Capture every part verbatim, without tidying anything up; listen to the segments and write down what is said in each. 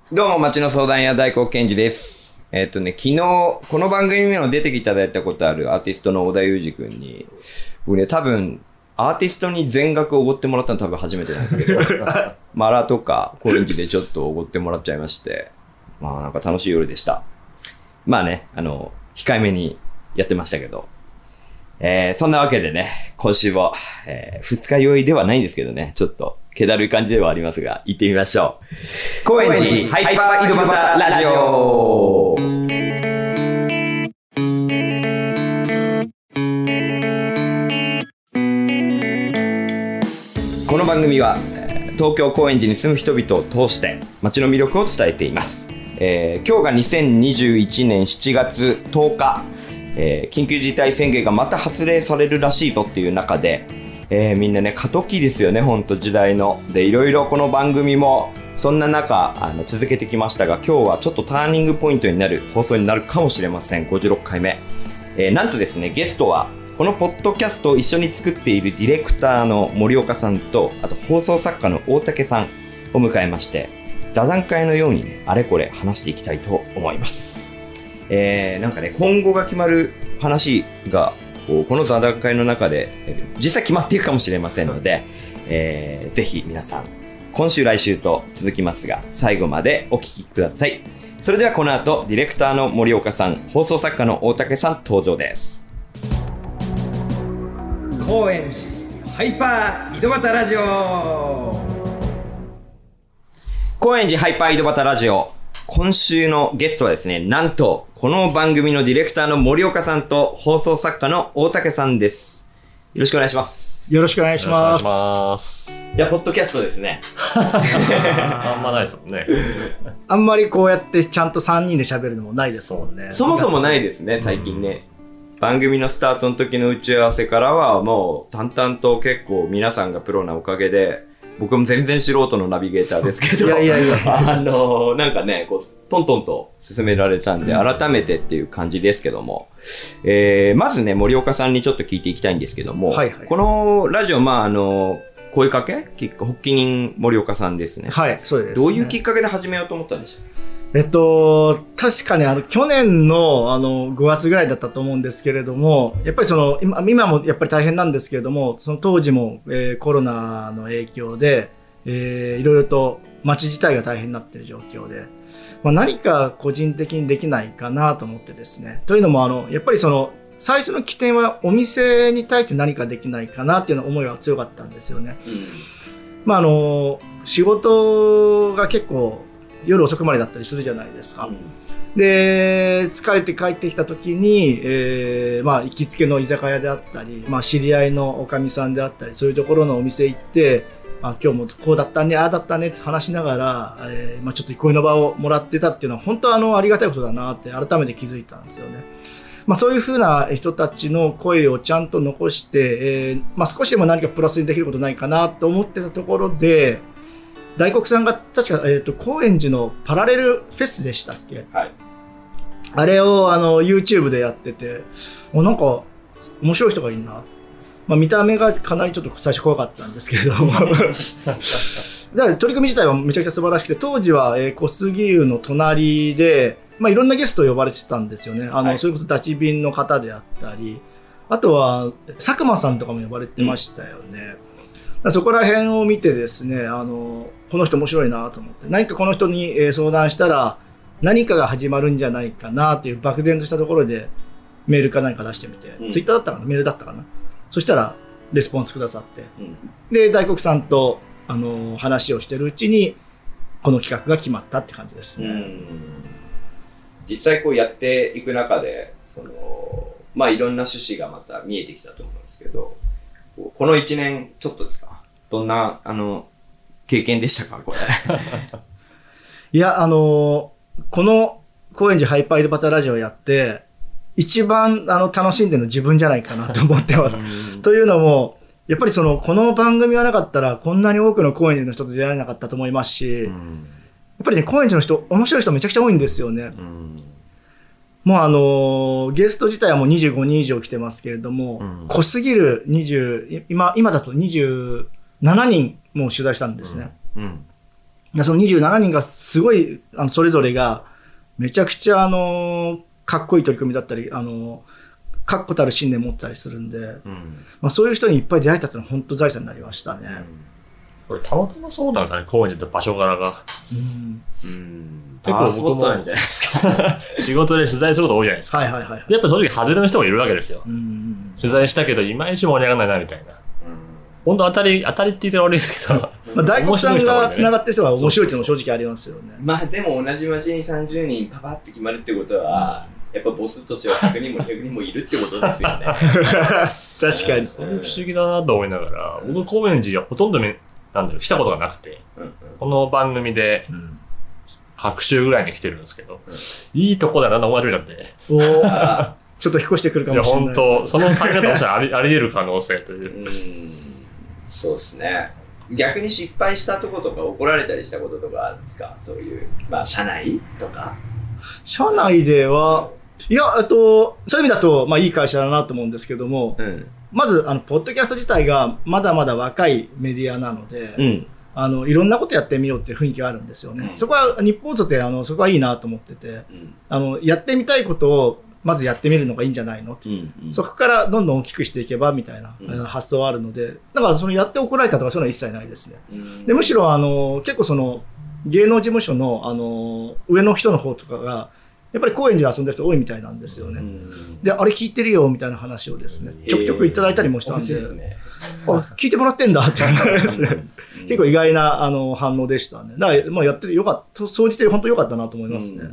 どうも、町の相談屋大光健二です。えっとね、昨日、この番組にも出ていただいたことあるアーティストの小田裕二君に、僕ね、多分、アーティストに全額おごってもらったの多分初めてなんですけど、マラとか高円寺でちょっとおごってもらっちゃいまして、まあなんか楽しい夜でした。まあね、あの、控えめにやってましたけど、えー、そんなわけでね、今週も、えー、二日酔いではないんですけどね、ちょっと、気だるい感じではありますが、行ってみましょう。高円寺ハイパー井戸端ラジオ。この番組は、東京高円寺に住む人々を通して、街の魅力を伝えています。えー、今日がにせんにじゅういちねんしちがつとおか、えー、緊急事態宣言がまた発令されるらしいぞっていう中で、えー、みんなね過渡期ですよね、ほんと時代ので、いろいろこの番組もそんな中あの続けてきましたが、今日はちょっとターニングポイントになる放送になるかもしれません。ごじゅうろっかいめ、えー、なんとですね、ゲストはこのポッドキャストを一緒に作っているディレクターの森岡さんと、あと放送作家の大竹さんを迎えまして、座談会のように、ね、あれこれ話していきたいと思います。えー、なんかね、今後が決まる話がこの座談会の中で実際決まっていくかもしれませんので、えー、ぜひ皆さん今週来週と続きますが、最後までお聞きください。それではこの後、ディレクターの森岡さん、放送作家の大竹さん登場です。高円寺ハイパー井戸端ラジオ。高円寺ハイパー井戸端ラジオ、今週のゲストはですね、なんとこの番組のディレクターの森岡さんと放送作家の大竹さんです。よろしくお願いします。 よろしくお願いします。 よろしくお願いします。 いや、ポッドキャストですね。 あんまないですもんね。 あんまりこうやってちゃんとさんにんで喋るのもないですもんね。 そもそもないですね、最近ね。うん、番組のスタートの時の打ち合わせからはもう淡々と結構皆さんがプロなおかげで、僕も全然素人のナビゲーターですけど、いやいやいやあのー、なんかね、こうトントンと進められたんで、改めてっていう感じですけども、えー、まずね、森岡さんにちょっと聞いていきたいんですけども、はいはい、このラジオ、まああの声かけ発起人森岡さんですね。 はい、そうです、ね。 どういうきっかけで始めようと思ったんでしょう？ えっと、確かにあの去年のあのごがつぐらいだったと思うんですけれども、やっぱりその 今, 今もやっぱり大変なんですけれども、その当時も、えー、コロナの影響で、えー、いろいろと街自体が大変になっている状況で、まあ、何か個人的にできないかなと思ってですね。というのもあのやっぱりその最初の起点はお店に対して何かできないかなっていうの思いは強かったんですよね。うん、まああの仕事が結構夜遅くまでだったりするじゃないですか。うん、で疲れて帰ってきた時に、えーまあ、行きつけの居酒屋であったり、まあ、知り合いのおかみさんであったり、そういうところのお店行って、まあ、今日もこうだったね、ああだったねって話しながら、えーまあ、ちょっと憩いの場をもらってたっていうのは本当はあのありがたいことだなって改めて気づいたんですよね。まあ、そういうふうな人たちの声をちゃんと残して、えーまあ、少しでも何かプラスにできることないかなと思ってたところで、大黒さんが確か、えーと、高円寺のパラレルフェスでしたっけ、はい、あれをあの YouTube でやってて、おなんか面白い人がいいな、まあ、見た目がかなりちょっと最初怖かったんですけれどもだから取り組み自体はめちゃくちゃ素晴らしくて、当時は、えー、小杉湯の隣で、まあ、いろんなゲストを呼ばれてたんですよね。あの、はい、それこそダチビンの方であったり、あとは佐久間さんとかも呼ばれてましたよね。うん、そこら辺を見てですね、あのこの人面白いなと思って、何かこの人に相談したら何かが始まるんじゃないかなという漠然としたところでメールか何か出してみて、うん、ツイッターだったかな、メールだったかな、そしたらレスポンスくださって、うん、で大黒さんとあの話をしてるうちにこの企画が決まったって感じですね。うん、 実際こうやっていく中でその、まあ、いろんな趣旨がまた見えてきたと思うんですけど、このいちねんちょっとですか、どんなあの経験でしたかこれいや、あのこの高円寺ハイパー井戸端ラジオやって一番あの楽しんでるの自分じゃないかなと思ってますというのもやっぱりそのこの番組がなかったらこんなに多くの高円寺の人と出会えなかったと思いますし、やっぱりね、高円寺の人面白い人めちゃくちゃ多いんですよね。もうあのゲスト自体はもうにじゅうごにん以上来てますけれども、濃すぎるにじゅう、今今だとにじゅうななにんもう取材したんですね。うんうん、 でそのにじゅうななにんがすごいあのそれぞれがめちゃくちゃあのかっこいい取り組みだったりあの確固たる信念を持ったりするんで、うんまあ、そういう人にいっぱい出会えたっていうのは本当財産になりましたね、うん、 これたまたまそうなんですかね、高円寺って場所柄が、うんうん、結構僕もなんじゃないですか仕事で取材すること多いじゃないですか、はいはいはい、やっぱ正直外れの人もいるわけですよ、うん、取材したけどいまいち盛り上がらないなみたいな、本当当たり当たりって言ったら悪いですけど、 まあ、大黒さんがつながってる人が面白いっていうのも正直ありますよね。 まあでも同じ街にさんじゅうにんパパって決まるってことは、うん、やっぱボスとしてはひゃくにんもにひゃくにんもいるってことですよね確かにそれ不思議だなと思いながら、僕高円寺はほとんどなんだろう来たことがなくて、うんうん、この番組で白州ぐらいに来てるんですけど、うん、いいとこだなと思い始めちゃっておちょっと引っ越してくるかもしれない。 いや本当その考え方もしたらありあり得る可能性といううんそうですね。逆に失敗したとことか怒られたりしたこととかあるんですか？そういう、まあ、社内とか。 社内では、いや、あと、そういう意味だと、まあ、いい会社だなと思うんですけども、うん、まず、あの、ポッドキャスト自体がまだまだ若いメディアなので、うん、あの、いろんなことやってみようっていう雰囲気があるんですよね。うん、そこは、日本放送って、あの、そこはいいなと思ってて、うん、あの、やってみたいことを、まずやってみるのがいいんじゃないの、うんうん、そこからどんどん大きくしていけばみたいな、うん、発想はあるので、だからそのやって怒られたとかそういうのは一切ないですね。うん、でむしろあの結構その芸能事務所のあの上の人の方とかがやっぱり高円寺で遊んでる人多いみたいなんですよね。うん、であれ聞いてるよみたいな話をですねちょくちょくいただいたりもしたんで、ね、あ聞いてもらってんだっていうですね結構意外なあの反応でしたね。だからまあやっててよかった総じて本当良かったなと思いますね。うんうん、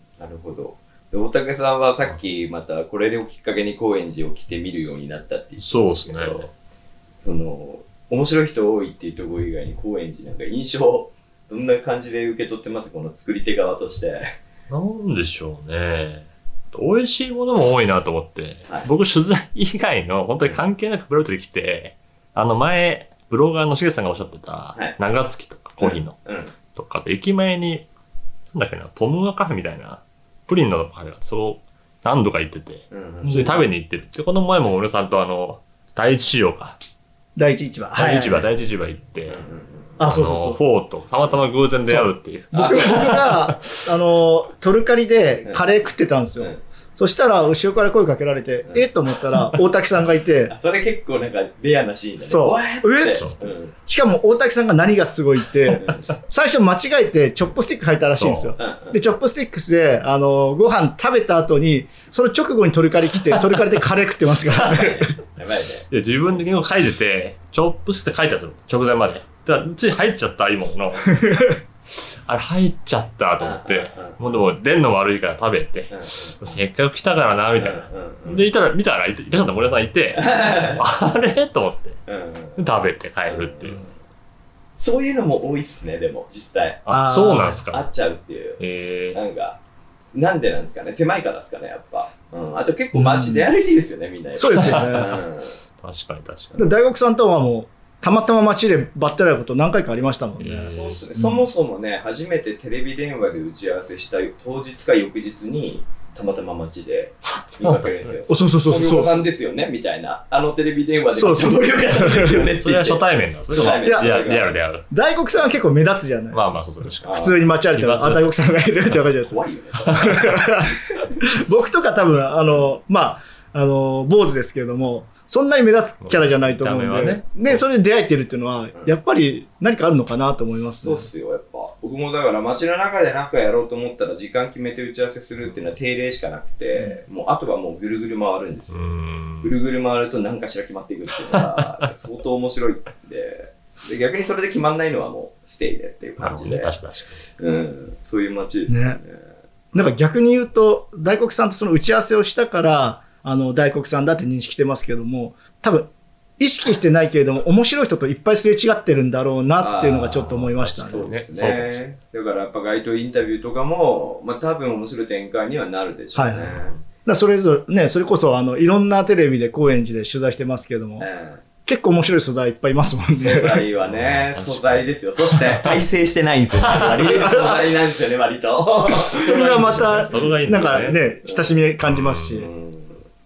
なるほど。大竹さんはさっきまたこれをきっかけに高円寺を来てみるようになったって言ってましたけど、そうですね。その面白い人多いっていうところ以外に高円寺なんか印象どんな感じで受け取ってます？この作り手側として。 なんでしょうね。美味しいものも多いなと思って、はい、僕取材以外の本当に関係なくプロジェクトで来て、あの前ブロガーのしげさんがおっしゃってた長月とかコーヒーの、うんうん、とかで駅前になんだっけなトムガカフェみたいな。プリンのあれがそう何度か行ってて、うんうん、それ食べに行ってる。で、この前も俺さんとあの、第一市場か。 第一市場。 第一市場、第一市場行って、うんうん、 あ、そうそうそう。 フォーとたまたま偶然出会うっていう。 僕、僕が、あの、トルカリでカレー食ってたんですよ。うんそしたら、後ろから声かけられて、うん、えっと思ったら、大滝さんがいて。 それ結構なんか、レアなシーンだね。 そう。えうん、しかも、大滝さんが何がすごいって、最初間違えて、チョップスティック入ったらしいんですよ。で、チョップスティックスで、あの、ご飯食べた後に、その直後にトルカリ来て、トルカリでカレー食ってますからね。 やばいね。いや、自分で書いてて、チョップスって書いてたんですよ。直前まで。だからつい入っちゃった、今の。あれ入っちゃったと思って、もうでも出んの悪いから食べて、せっかく来たからな、みたいな。で、いたら、見たらいて、いらっしゃった森田さんいて、あれと思って、食べて帰るっていう。 そういうのも多いっすね、でも、実際。 あ、そうなんですか。 あっちゃうっていう。へなんか、なんでなんですかね、狭いからですかね、やっぱ。あと結構街出歩いていいですよね、みんな。 そうですよね。 確かに確かに。 大学さんとはもう、たまたま街でバッテライこと何回かありましたもんね。 そうっすね。そもそもね、初めてテレビ電話で打ち合わせした当日か翌日に、たまたま街で見かけるんですよ。 そうそうそうそう。 森岡さんですよねみたいな。あのテレビ電話で森岡さんですよねって。 それは初対面なんですね。初対面。リアルである。 大黒さんは結構目立つじゃないですか。 まあまあそうそうですか。 普通に街歩いてあ、大黒さんがいるってわかるじゃないですか。 怖いよね。 僕とか多分、あの、まあ、あの、坊主ですけれども、そんなに目立つキャラじゃないと思うんで、ね、ね、それで出会えてるっていうのは、やっぱり何かあるのかなと思いますね。そうっすよ、やっぱ。僕もだから街の中で何かやろうと思ったら時間決めて打ち合わせするっていうのは定例しかなくて、うん、もうあとはもうぐるぐる回るんですよ。ぐるぐる回ると何かしら決まっていくっていうのが相当面白いんで、で逆にそれで決まんないのはもうステイでっていう感じで。確かに。うん。そういう街ですね。ねなんか逆に言うと、大黒さんとその打ち合わせをしたから、あの、大黒さんだって認識してますけども、多分、意識してないけれども、面白い人といっぱいすれ違ってるんだろうなっていうのがちょっと思いましたね。 そうですね。だからやっぱ街頭インタビューとかも、まあ多分面白い展開にはなるでしょうね。はい、だそれぞれね、それこそあの、いろんなテレビで高円寺で取材してますけども、えー結構面白い素材いっぱいいますもんね。 素材はね、素材ですよ。そして、 体制してないんですよね。 割と素材なんですよね、割と。 それがまた、なんかね、親しみ感じますし。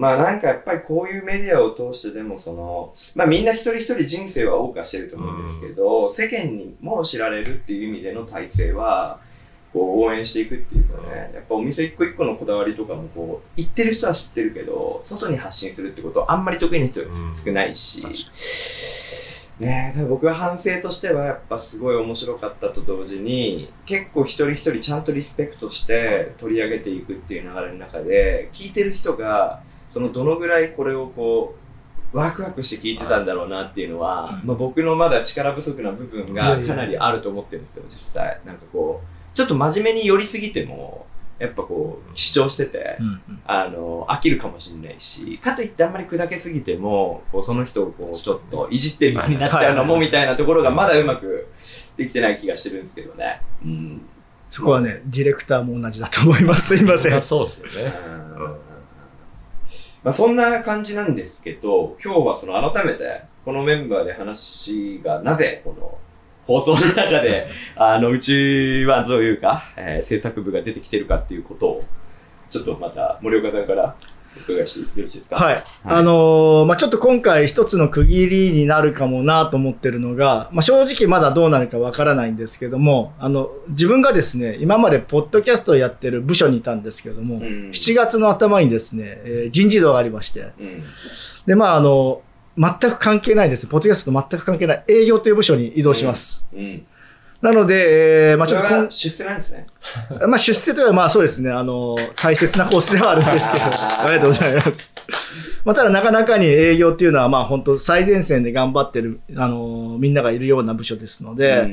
まあなんかやっぱりこういうメディアを通してでもその、まあみんな一人一人人生は謳歌してると思うんですけど、うん、世間にも知られるっていう意味での体制は、こう応援していくっていうかね、やっぱお店一個一個のこだわりとかもこう、行ってる人は知ってるけど、外に発信するってことはあんまり得意な人は少ないし、うん、ねえ、僕は反省としてはやっぱすごい面白かったと同時に、結構一人一人ちゃんとリスペクトして取り上げていくっていう流れの中で、聞いてる人が、そのどのぐらいこれをこうワクワクして聞いてたんだろうなっていうのは、まあ、僕のまだ力不足な部分がかなりあると思ってるんですよ、実際。なんかこうちょっと真面目に寄りすぎてもやっぱこう主張してて、うんうん、あの飽きるかもしれないし、かといってあんまり砕けすぎてもこうその人をこうちょっといじってるようになっちゃうのもみたいなところがまだうまくできてない気がしてるんですけどね。うん、 そこはね、ディレクターも同じだと思います。すいません。 そうですよね。うんまあ、そんな感じなんですけど、今日はその改めてこのメンバーで話がなぜこの放送の中であのうちはどういうか、えー、制作部が出てきてるかっていうことをちょっとまた森岡さんからお伺いしてよろしいですか。 はい。はい、あのー、まあ、ちょっと今回一つの区切りになるかもなと思ってるのが、まあ、正直まだどうなるかわからないんですけども、あの、自分がですね、今までポッドキャストをやってる部署にいたんですけども、うん、しちがつの頭にですね、えー、人事異動がありまして、うん、で、まあ、あの、全く関係ないです。ポッドキャストと全く関係ない営業という部署に移動します。うんうんなので、えー、まあちょっとこん出世なんですね。 まあ出世というのはまあそうですね、あの、大切なコースではあるんですけど、ありがとうございます。まあただなかなかに営業っていうのはまあ本当最前線で頑張ってる、あの、みんながいるような部署ですので、うん、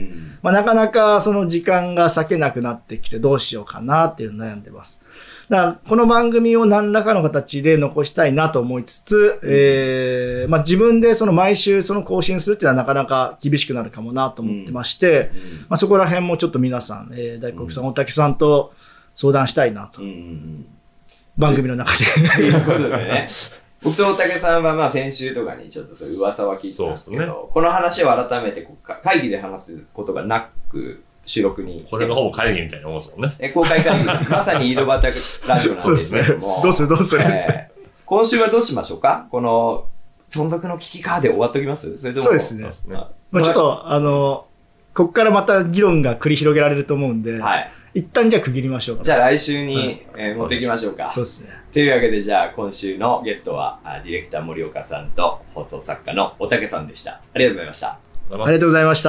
まあなかなかその時間が割けなくなってきてどうしようかなっていうのを悩んでます。だからこの番組を何らかの形で残したいなと思いつつ、うんえーまあ、自分でその毎週その更新するっていうのはなかなか厳しくなるかもなと思ってまして、うんまあ、そこら辺もちょっと皆さん、えー、大黒さん、大竹さんと相談したいなと。うん、番組の中で。 ということでね。僕と大竹さんはまあ先週とかにちょっとそういう噂は聞いてたんですけど、ね、この話を改めてこう会議で話すことがなく、収録に来てます。 これがほぼ会議みたいなもんですもんね。 え公開会議です。まさに井戸端ラジオなんですけども。 ね、どうするどうする、 えー、今週はどうしましょうか。この存続の危機かで終わっときます。それともそうですね。まあ、ちょっとあのここからまた議論が繰り広げられると思うんで、はい、一旦じゃあ区切りましょうか。 じゃあ来週に、はいえー、持っていきましょうか。 そうですね。 というわけでじゃあ今週のゲストはディレクター森岡さんと放送作家の大竹さんでした。ありがとうございました。 ありがとうございました。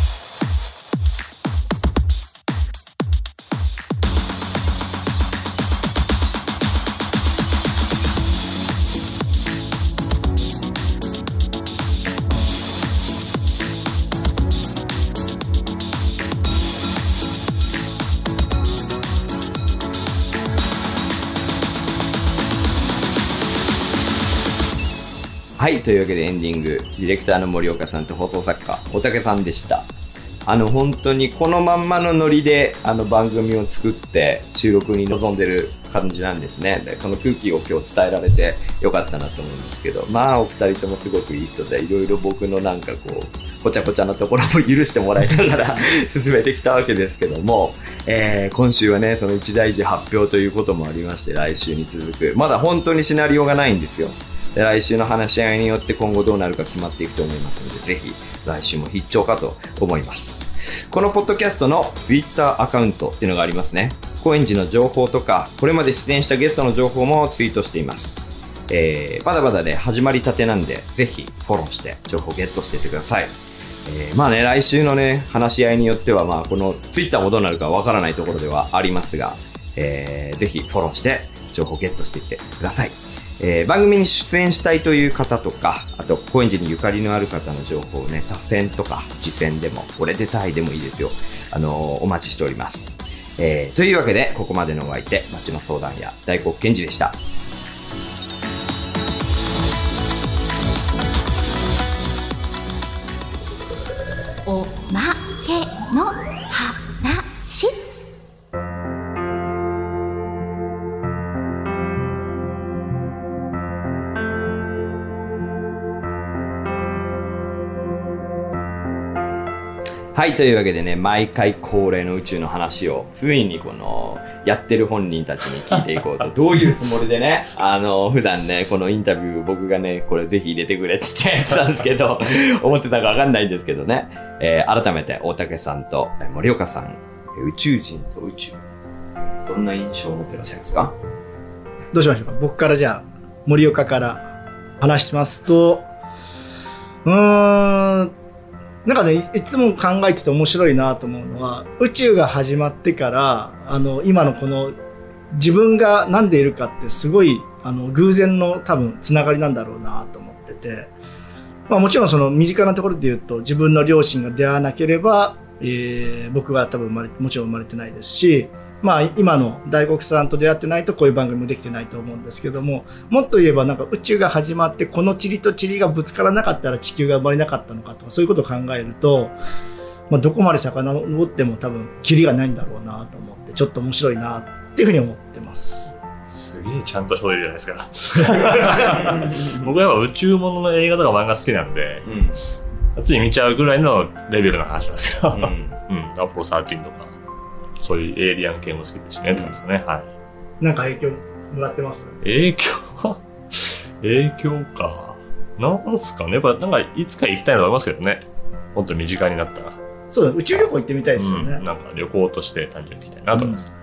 はい、というわけでエンディング、ディレクターの森岡さんと放送作家、大竹さんでした。あの、本当にこのまんまのノリで、あの番組を作って収録に臨んでる感じなんですね。でその空気を今日伝えられてよかったなと思うんですけど、まあお二人ともすごくいい人で、いろいろ僕のなんかこう、こちゃこちゃなところも許してもらいながら進めてきたわけですけども、えー、今週はね、その一大事発表ということもありまして、来週に続く、まだ本当にシナリオがないんですよ。で来週の話し合いによって今後どうなるか決まっていくと思いますので、ぜひ来週も必聴かと思います。このポッドキャストのツイッターアカウントっていうのがありますね。高円寺の情報とか、これまで出演したゲストの情報もツイートしています。えー、まだまだね、始まりたてなんで、ぜひフォローして情報ゲットしていってください。えー、まあね、来週のね、話し合いによっては、まあこのツイッターもどうなるかわからないところではありますが、えー、ぜひフォローして情報ゲットしていってください。えー、番組に出演したいという方とか、あと高円寺にゆかりのある方の情報をね、他選とか次戦でも俺出たいでもいいですよ、あのー、お待ちしております。えー、というわけでここまでのお相手、町の相談屋大黒賢治でした。 おまけの話。 はい、というわけでね、毎回恒例の宇宙の話を、ついにこの、やってる本人たちに聞いていこうと、どういうつもりでね、あの、普段ね、このインタビュー僕がね、これぜひ入れてくれって言ってやってたんですけど、思ってたかわかんないんですけどね、えー、改めて大竹さんと森岡さん、宇宙人と宇宙、どんな印象を持ってらっしゃいますか？ どうしましょうか。僕からじゃあ、森岡から話しますと、うーん、なんかね、い, いつも考えてて面白いなと思うのは、宇宙が始まってからあの今のこの自分が何でいるかってすごいあの偶然の多分つながりなんだろうなと思ってて、まあ、もちろんその身近なところで言うと自分の両親が出会わなければ、えー、僕は多分生まれもちろん生まれてないですし、まあ、今の大黒さんと出会ってないとこういう番組もできてないと思うんですけども、もっと言えばなんか宇宙が始まってこの塵と塵がぶつからなかったら地球が生まれなかったのかとか、そういうことを考えると、まあ、どこまで遡っても多分キリがないんだろうなと思って、ちょっと面白いなっていうふうに思ってます。 すげえちゃんとしてるじゃないですか。僕は宇宙ものの映画とか漫画好きなんで、うん、つい見ちゃうぐらいのレベルの話なんですけど、うんうん、アポロじゅうさんとかそういうエイリアン系も好きですしね、って感じですね。はい。 なんか影響もらってます？ 影響影響か。なんすかね。やっぱなんかいつか行きたいのはありますけどね。本当に身近になったら。 そうだ、宇宙旅行行ってみたいですよね。 うん、なんか旅行として単純に行きたいなと思います。うん